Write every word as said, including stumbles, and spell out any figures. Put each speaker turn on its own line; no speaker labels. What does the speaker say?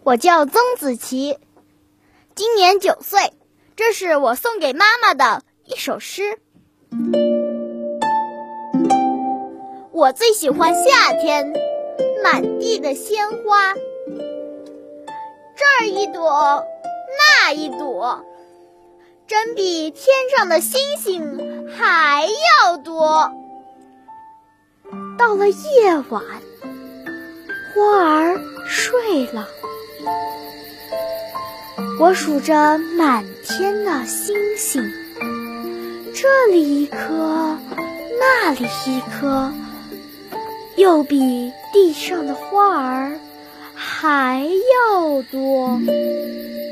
我叫曾子琪，今年九岁，这是我送给妈妈的一首诗。我最喜欢夏天，满地的鲜花，这儿一朵，那一朵，真比天上的星星还要多。到了夜晚，花儿睡了，我数着满天的星星，这里一颗，那里一颗，又比地上的花儿还要多。